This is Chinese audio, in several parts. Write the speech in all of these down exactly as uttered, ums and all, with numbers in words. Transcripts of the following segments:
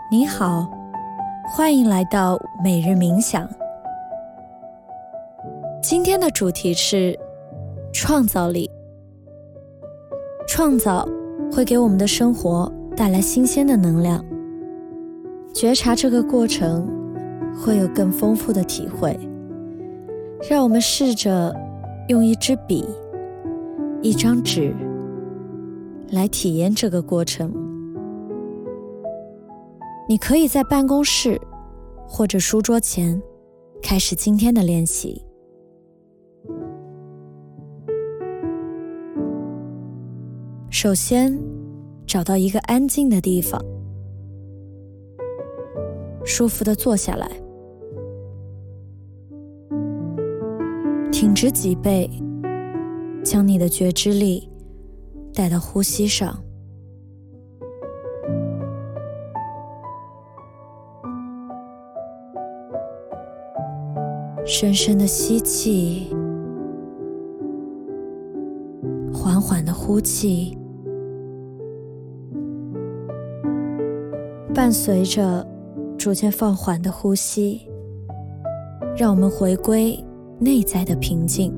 你好，欢迎来到每日冥想。今天的主题是创造力。创造会给我们的生活带来新鲜的能量，觉察这个过程会有更丰富的体会。让我们试着用一支笔、一张纸来体验这个过程。你可以在办公室或者书桌前开始今天的练习。首先，找到一个安静的地方，舒服地坐下来，挺直脊背，将你的觉知力带到呼吸上。深深的吸气，缓缓的呼气，伴随着逐渐放缓的呼吸，让我们回归内在的平静。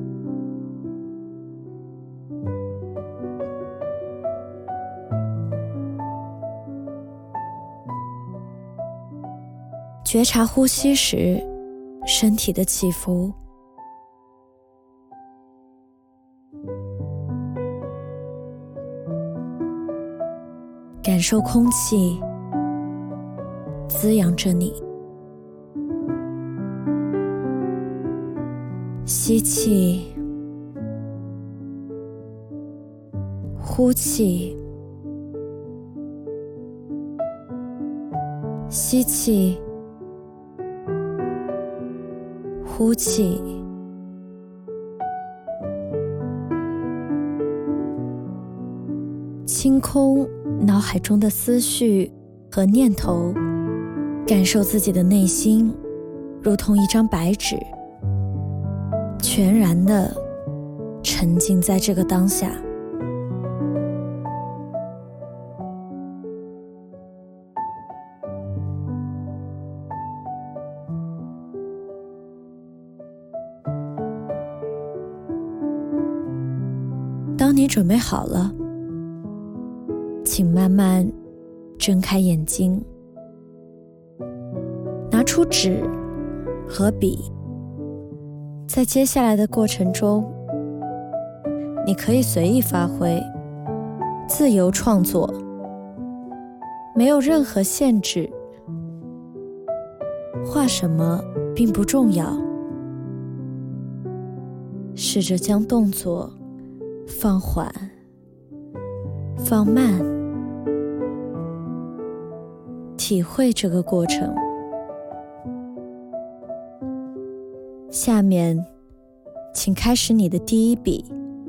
觉察呼吸时身体的起伏，感受空气滋养着你。吸气，呼气，吸气，呼气。清空脑海中的思绪和念头，感受自己的内心如同一张白纸，全然地沉浸在这个当下。当你准备好了，请慢慢睁开眼睛，拿出纸和笔。在接下来的过程中，你可以随意发挥，自由创作，没有任何限制。画什么并不重要，试着将动作放缓、放慢，体会这个过程。下面，请开始你的第一笔，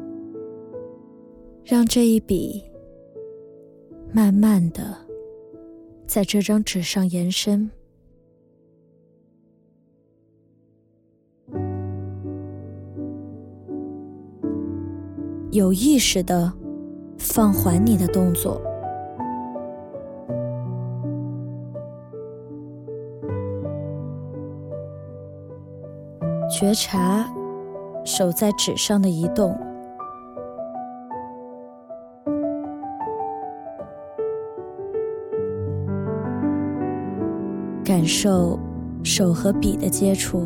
让这一笔慢慢地在这张纸上延伸。有意识地放缓你的动作，觉察手在纸上的移动，感受手和笔的接触。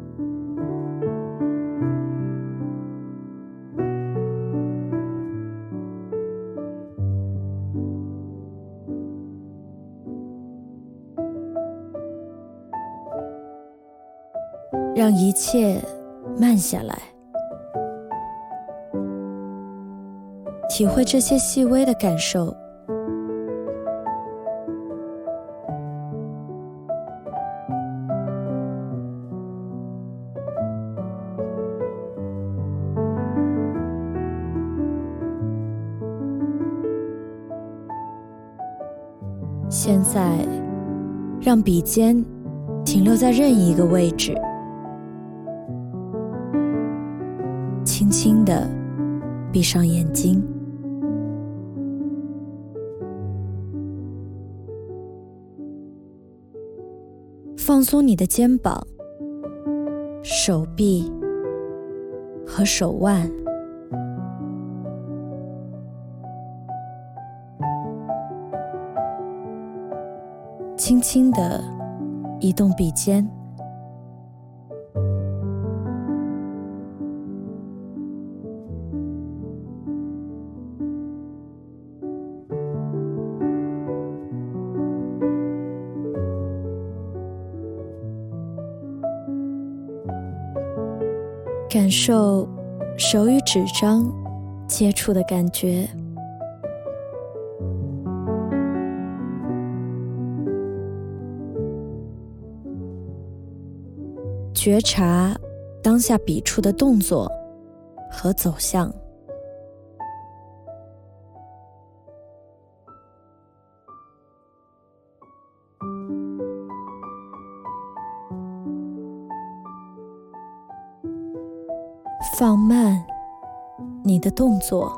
让一切慢下来，体会这些细微的感受。现在，让笔尖停留在任意一个位置，轻轻地闭上眼睛。 放松你的肩膀、手臂和手腕，轻轻地移动鼻尖，感受手与纸张接触的感觉，觉察当下笔触的动作和走向。放慢你的动作，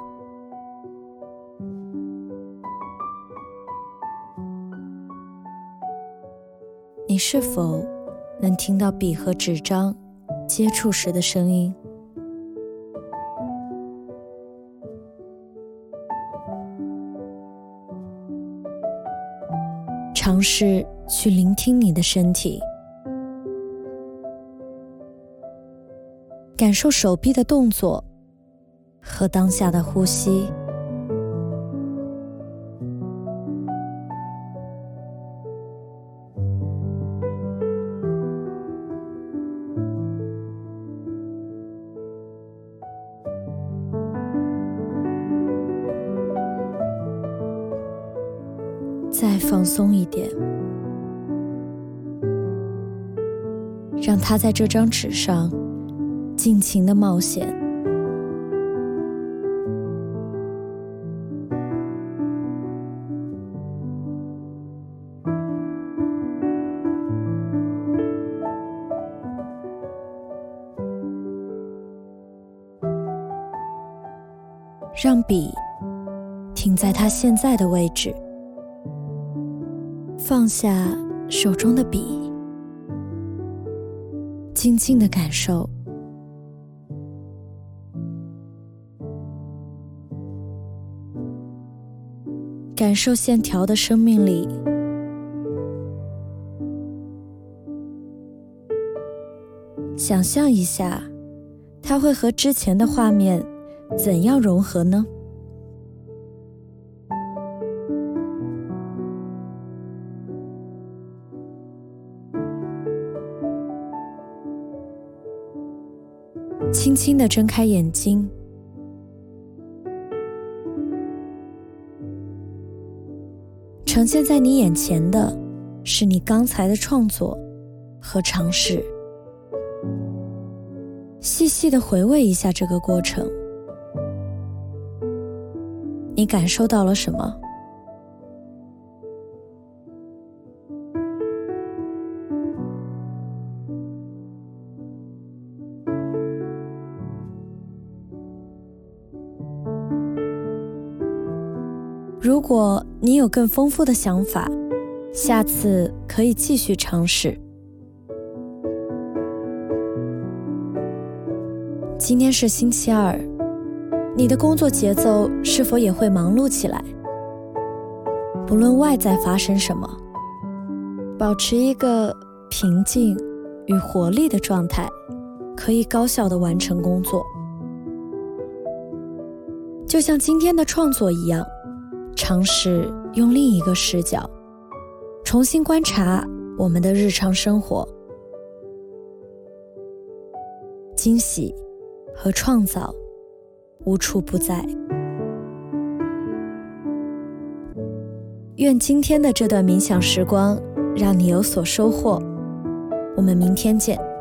你是否能听到笔和纸张接触时的声音？尝试去聆听你的身体，感受手臂的动作和当下的呼吸。再放松一点，让它在这张纸上尽情的冒险。让笔停在它现在的位置，放下手中的笔，静静的感受。感受线条的生命力，想象一下，它会和之前的画面怎样融合呢？轻轻地睁开眼睛，呈现在你眼前的是你刚才的创作和尝试。细细地回味一下这个过程，你感受到了什么？如果你有更丰富的想法，下次可以继续尝试。今天是星期二，你的工作节奏是否也会忙碌起来？不论外在发生什么，保持一个平静与活力的状态，可以高效地完成工作。就像今天的创作一样，尝试用另一个视角，重新观察我们的日常生活。惊喜和创造无处不在。愿今天的这段冥想时光让你有所收获，我们明天见。